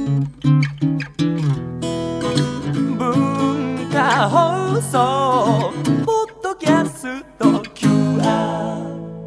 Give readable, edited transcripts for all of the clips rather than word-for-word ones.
文化放送ポッドキャスト QR。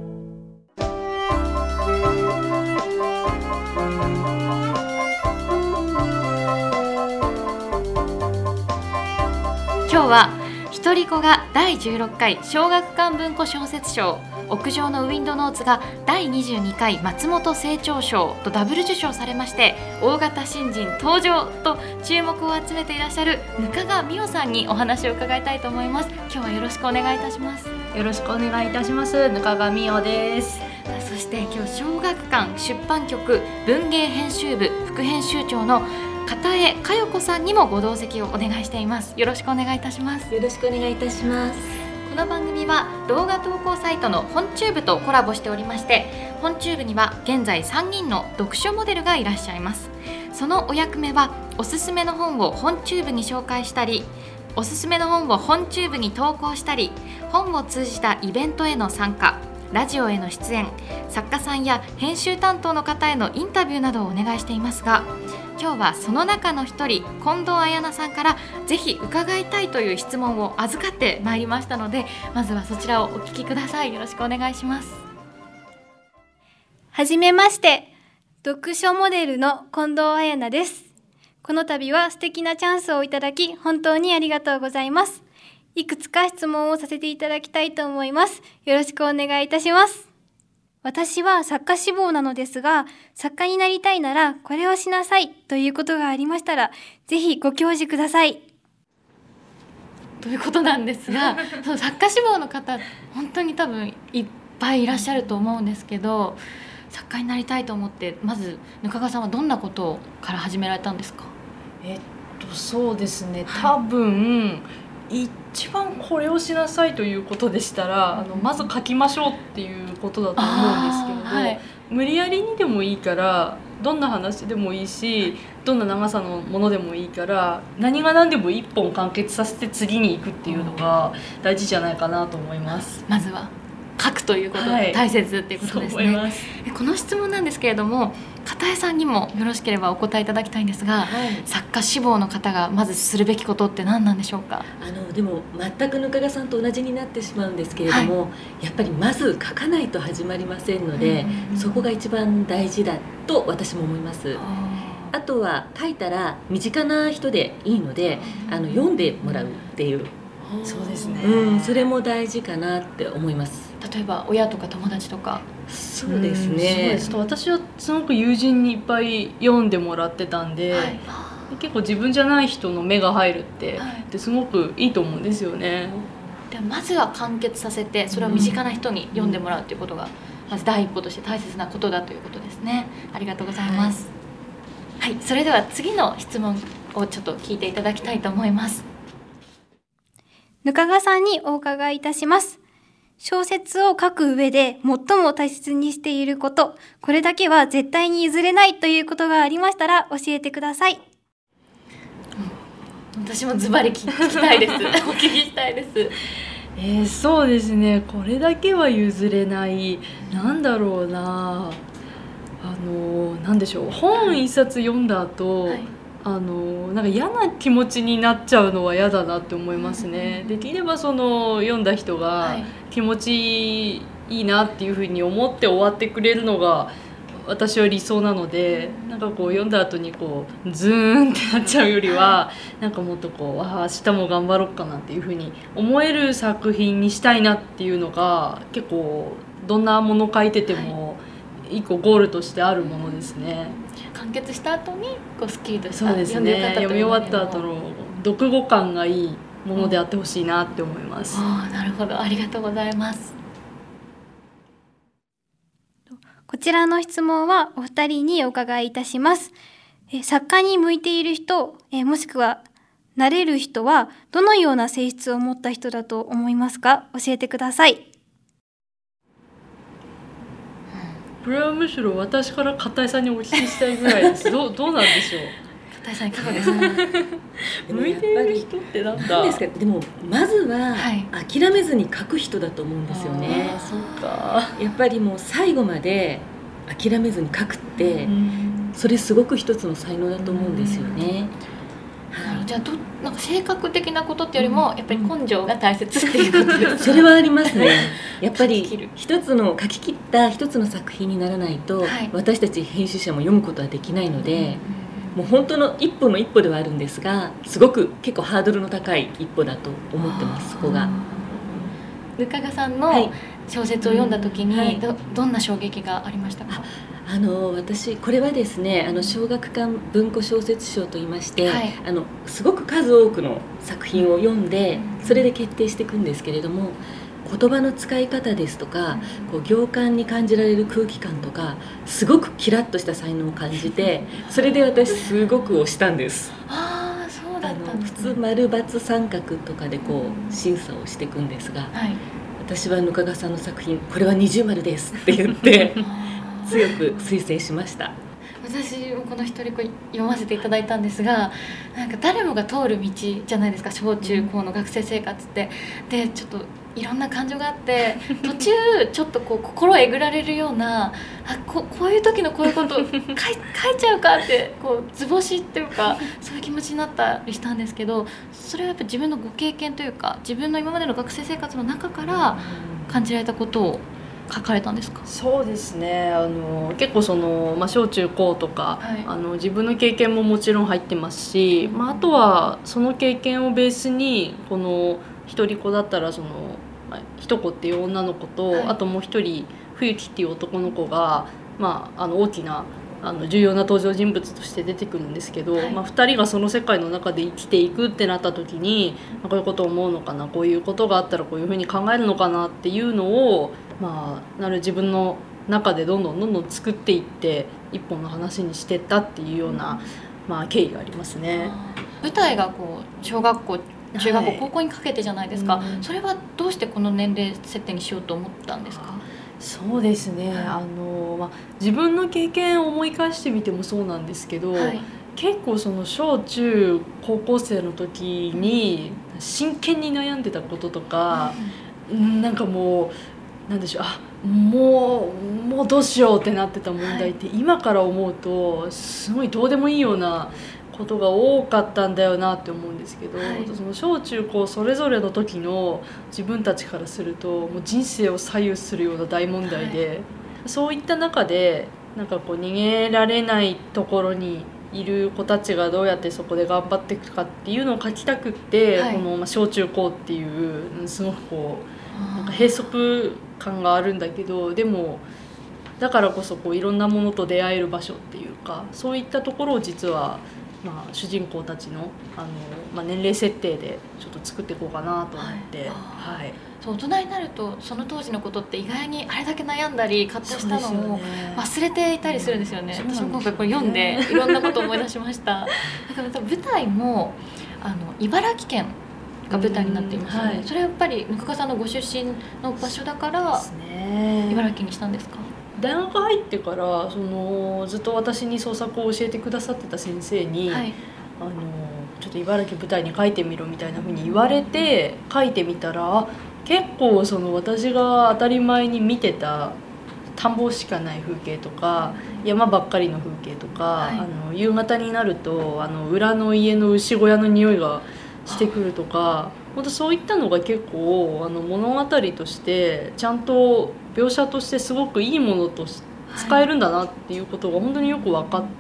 今日は一人子が第16回小学館文庫小説賞、屋上のウィンドノーツが第22回松本清張賞とダブル受賞されまして、大型新人登場と注目を集めていらっしゃる額賀美桜さんにお話を伺いたいと思います。今日はよろしくお願いいたします。 よろしくお願いいたします。額賀美桜です。 そして今日小学館出版局文芸編集部副編集長の片江佳代子さんにもご同席をお願いしています。よろしくお願いいたします。 よろしくお願いいたします。 この番組は動画投稿サイトの本チューブとコラボしておりまして、本チューブには現在3人の読書モデルがいらっしゃいます。そのお役目はおすすめの本を本チューブに紹介したり、おすすめの本を本チューブに投稿したり、本を通じたイベントへの参加、ラジオへの出演、作家さんや編集担当の方へのインタビューなどをお願いしていますが、今日はその中の一人、近藤彩菜さんからぜひ伺いたいという質問を預かってまいりましたので、まずはそちらをお聞きください。よろしくお願いします。 はじめまして、読書モデルの近藤彩菜です。この度は素敵なチャンスをいただき本当にありがとうございます。いくつか質問をさせていただきたいと思います。よろしくお願いいたします。私は作家志望なのですが、作家になりたいならこれをしなさいということがありましたら、ぜひご教示ください。 ということなんですがその作家志望の方本当に多分いっぱいいらっしゃると思うんですけど、作家になりたいと思ってまず額賀さんはどんなことから始められたんですか？ そうですね、多分一番これをしなさいということでしたら、まず書きましょうっていうことだと思うんですけれど、はい、無理やりにでもいいから、どんな話でもいいし、どんな長さのものでもいいから、何が何でも一本完結させて次に行くっていうのが大事じゃないかなと思います。 まずは書くということが大切っていうことですね。はい、この質問なんですけれども、片江さんにもよろしければお答えいただきたいんですが、作家志望の方がまずするべきことって何なんでしょうか？ でも全く額賀さんと同じになってしまうんですけれども、やっぱりまず書かないと始まりませんので、そこが一番大事だと私も思います。あとは書いたら身近な人でいいので、読んでもらうっていう、 そうですね、 それも大事かなって思います。 例えば親とか友達とか。 そうですね、 そうです。私はすごく友人にいっぱい読んでもらってたんで、結構自分じゃない人の目が入るってすごくいいと思うんですよね。 でまずは完結させて、それを身近な人に読んでもらうということがまず第一歩として大切なことだということですね。ありがとうございます。はい、それでは次の質問をちょっと聞いていただきたいと思います。 額賀さんにお伺いいたします。小説を書く上で最も大切にしていること、これだけは絶対に譲れないということがありましたら教えてください。 私もズバリ聞きたいですお聞きしたいです。 そうですね、これだけは譲れない、なんだろうな、なんでしょう、本一冊読んだ後、なんか嫌な気持ちになっちゃうのは嫌だなって思いますね。できればその読んだ人が気持ちいいなっていうふうに思って終わってくれるのが私は理想なので、なんかこう読んだ後にこうズーンってなっちゃうよりは、なんかもっとこう明日も頑張ろうかなっていうふうに思える作品にしたいなっていうのが、結構どんなもの書いてても一個ゴールとしてあるものですね。 完結した後にこうスッキリとした、 そうですね、読み終わった後の読後感がいいものであってほしいなって思います。 なるほど、ありがとうございます。 こちらの質問はお二人にお伺いいたします。作家に向いている人、もしくはなれる人はどのような性質を持った人だと思いますか？教えてください。 これはむしろ私から片井さんにお聞きしたいぐらいです。どうなんでしょう。 片井さんいかがですか？ 向いている人ってなんですか？でもまずは諦めずに書く人だと思うんですよね。 そうか。 やっぱりもう最後まで諦めずに書くって、 それすごく一つの才能だと思うんですよね。 じゃあなんか性格的なことっていうよりもやっぱり根性が大切っていうことですか？ それはありますね。やっぱり一つの書き切った一つの作品にならないと、私たち編集者も読むことはできないので、もう本当の一歩の一歩ではあるんですが、すごく結構ハードルの高い一歩だと思ってます。そこが額賀さんの小説を読んだ時に、どんな衝撃がありましたか？ 私これはですね、小学館文庫小説賞といいまして、すごく数多くの作品を読んで、それで決定していくんですけれども、言葉の使い方ですとか、こう行間に感じられる空気感とか、すごくキラッとした才能を感じて、それで私すごく推したんです。 そうだったんですね。 普通丸×三角とかでこう審査をしていくんですが、私は額賀さんの作品これは二重丸ですって言って強く推薦しました。 私もこの一人子読ませていただいたんですが、なんか誰もが通る道じゃないですか、小中高の学生生活って。でちょっといろんな感情があって、途中ちょっとこう心えぐられるような、こういう時のこういうこと書いちゃうかってこう図星っていうか、そういう気持ちになったりしたんですけど、それはやっぱ自分のご経験というか、自分の今までの学生生活の中から感じられたことを書かれたんですか？ そうですね、結構小中高とか、自分の経験ももちろん入ってますし、あとはその経験をベースにこの一人子だったらひと子っていう女の子と、あともう一人冬木っていう男の子が、大きな重要な登場人物として出てくるんですけど、2人がその世界の中で生きていくってなった時に、こういうことを思うのかな、こういうことがあったらこういうふうに考えるのかなっていうのを、自分の中でどんどん作っていって一本の話にしてったっていうような、経緯がありますね。 舞台がこう小学校中学校、高校にかけてじゃないですか。それはどうしてこの年齢設定にしようと思ったんですか？ そうですね、自分の経験を思い返してみてもそうなんですけど、結構小中高校生の時に真剣に悩んでたこととか、なんかもうなんでしょう、もうどうしようってなってた問題って、今から思うとすごいどうでもいいようなことが多かったんだよなって思うんですけど、その小中高それぞれの時の自分たちからするともう人生を左右するような大問題で、そういった中でなんかこう逃げられないところにいる子たちがどうやってそこで頑張っていくかっていうのを書きたくって、この小中高っていうすごくこうなんか閉塞感があるんだけど、でもだからこそこういろんなものと出会える場所っていうか、そういったところを実は主人公たちの年齢設定でちょっと作っていこうかなと思って、 そう大人になるとその当時のことって意外にあれだけ悩んだり葛藤したのを忘れていたりするんですよね。私も今回これ読んでいろんなことを思い出しました。だから舞台も茨城県が舞台になっていますよね。それはやっぱり額賀さんのご出身の場所だから茨城にしたんですか？ 大学入ってからずっと私に創作を教えてくださってた先生に、ちょっと茨城舞台に書いてみろみたいな風に言われて書いてみたら、結構私が当たり前に見てた田んぼしかない風景とか山ばっかりの風景とか、夕方になると裏の家の牛小屋の匂いがしてくるとか、本当そういったのが結構物語としてちゃんと描写としてすごくいいものと使えるんだなっていうことが本当によく分かって、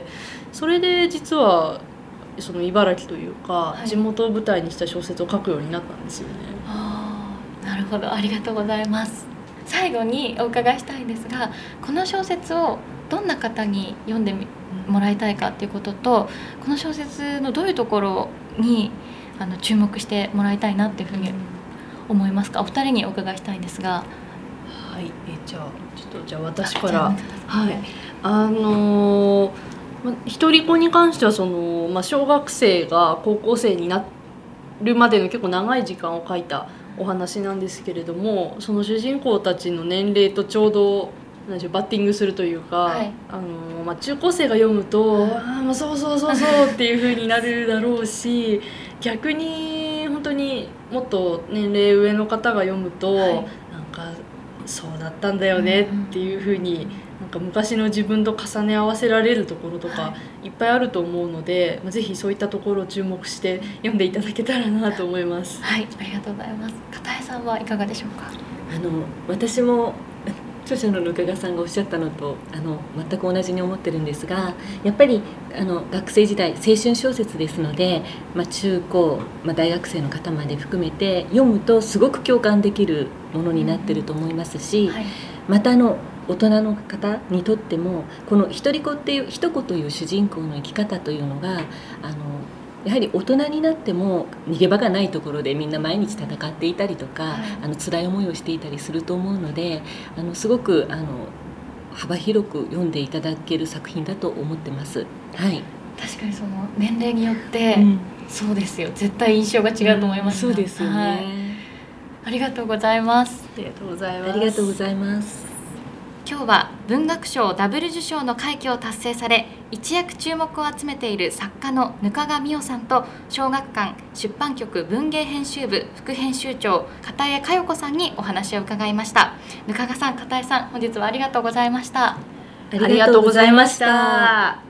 それで実は茨城というか地元を舞台にした小説を書くようになったんですよね。 なるほど、ありがとうございます。最後にお伺いしたいんですが、この小説をどんな方に読んでもらいたいかっていうことと、この小説のどういうところに注目してもらいたいなっていうふうに思いますか？お二人にお伺いしたいんですが。 はい、じゃあ私から。一人子に関しては小学生が高校生になるまでの結構長い時間を書いたお話なんですけれども、その主人公たちの年齢とちょうどバッティングするというか、中高生が読むともうそうっていう風になるだろうし、逆に本当にもっと年齢上の方が読むと、なんかそうだったんだよねっていう風になんか昔の自分と重ね合わせられるところとかいっぱいあると思うので、ぜひそういったところを注目して読んでいただけたらなと思います。 はい、ありがとうございます。片江さんはいかがでしょうか。 私も著者のぬかがさんがおっしゃったのと全く同じに思ってるんですが、やっぱり学生時代青春小説ですので、中高、大学生の方まで含めて読むとすごく共感できるものになってると思いますし、 はい、 また大人の方にとってもこの一人子っていう一子という主人公の生き方というのがやはり大人になっても逃げ場がないところでみんな毎日戦っていたりとか、はい、辛い思いをしていたりすると思うのですごく幅広く読んでいただける作品だと思ってます。はい、 確かにその年齢によって、そうですよ、絶対印象が違うと思います、 そうですよね、はい、 ありがとうございます。 ありがとうございます。 ありがとうございます。 今日は文学賞ダブル受賞の快挙を達成され一躍注目を集めている作家の額賀美代さんと小学館出版局文芸編集部副編集長片江佳代子さんにお話を伺いました。額賀さん、片江さん、本日はありがとうございました。 ありがとうございました。